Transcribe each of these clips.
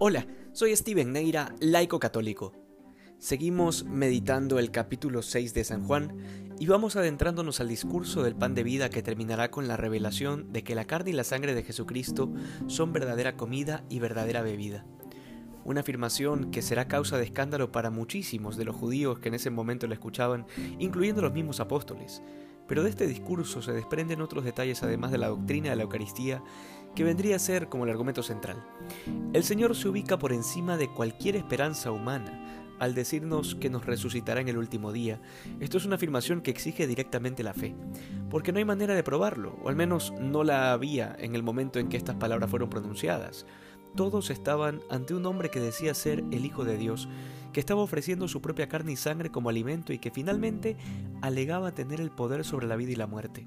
Hola, soy Steven Neira, laico católico. Seguimos meditando el capítulo 6 de San Juan y vamos adentrándonos al discurso del pan de vida que terminará con la revelación de que la carne y la sangre de Jesucristo son verdadera comida y verdadera bebida. Una afirmación que será causa de escándalo para muchísimos de los judíos que en ese momento la escuchaban, incluyendo los mismos apóstoles. Pero de este discurso se desprenden otros detalles además de la doctrina de la Eucaristía, que vendría a ser como el argumento central. El Señor se ubica por encima de cualquier esperanza humana al decirnos que nos resucitará en el último día. Esto es una afirmación que exige directamente la fe, porque no hay manera de probarlo, o al menos no la había en el momento en que estas palabras fueron pronunciadas. Todos estaban ante un hombre que decía ser el Hijo de Dios, que estaba ofreciendo su propia carne y sangre como alimento y que finalmente alegaba tener el poder sobre la vida y la muerte.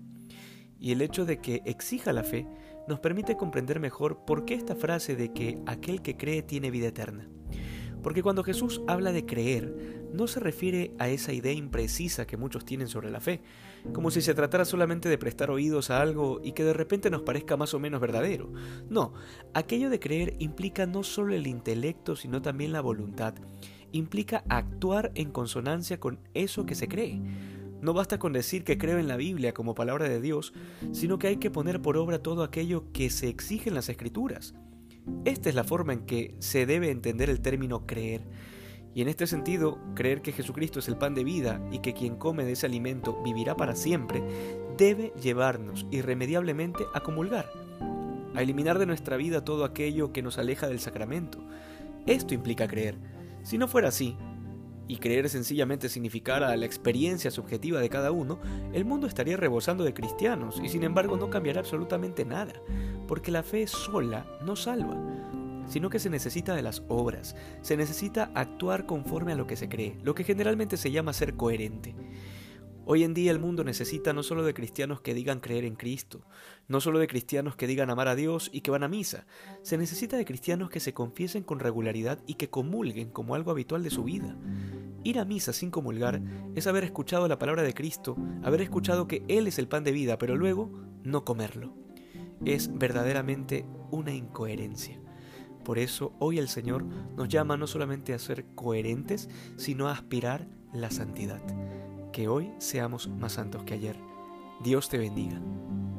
Y el hecho de que exija la fe nos permite comprender mejor por qué esta frase de que aquel que cree tiene vida eterna. Porque cuando Jesús habla de creer, no se refiere a esa idea imprecisa que muchos tienen sobre la fe, como si se tratara solamente de prestar oídos a algo y que de repente nos parezca más o menos verdadero. No, aquello de creer implica no solo el intelecto, sino también la voluntad. Implica actuar en consonancia con eso que se cree. No basta con decir que creo en la Biblia como palabra de Dios, sino que hay que poner por obra todo aquello que se exige en las Escrituras. Esta es la forma en que se debe entender el término creer. Y en este sentido, creer que Jesucristo es el pan de vida y que quien come de ese alimento vivirá para siempre, debe llevarnos irremediablemente a comulgar, a eliminar de nuestra vida todo aquello que nos aleja del sacramento. Esto implica creer. Si no fuera así, y creer sencillamente significara la experiencia subjetiva de cada uno, el mundo estaría rebosando de cristianos y sin embargo no cambiará absolutamente nada, porque la fe sola no salva, sino que se necesita de las obras, se necesita actuar conforme a lo que se cree, lo que generalmente se llama ser coherente. Hoy en día el mundo necesita no solo de cristianos que digan creer en Cristo, no solo de cristianos que digan amar a Dios y que van a misa, se necesita de cristianos que se confiesen con regularidad y que comulguen como algo habitual de su vida. Ir a misa sin comulgar es haber escuchado la palabra de Cristo, haber escuchado que Él es el pan de vida, pero luego no comerlo. Es verdaderamente una incoherencia. Por eso hoy el Señor nos llama no solamente a ser coherentes, sino a aspirar la santidad. Que hoy seamos más santos que ayer. Dios te bendiga.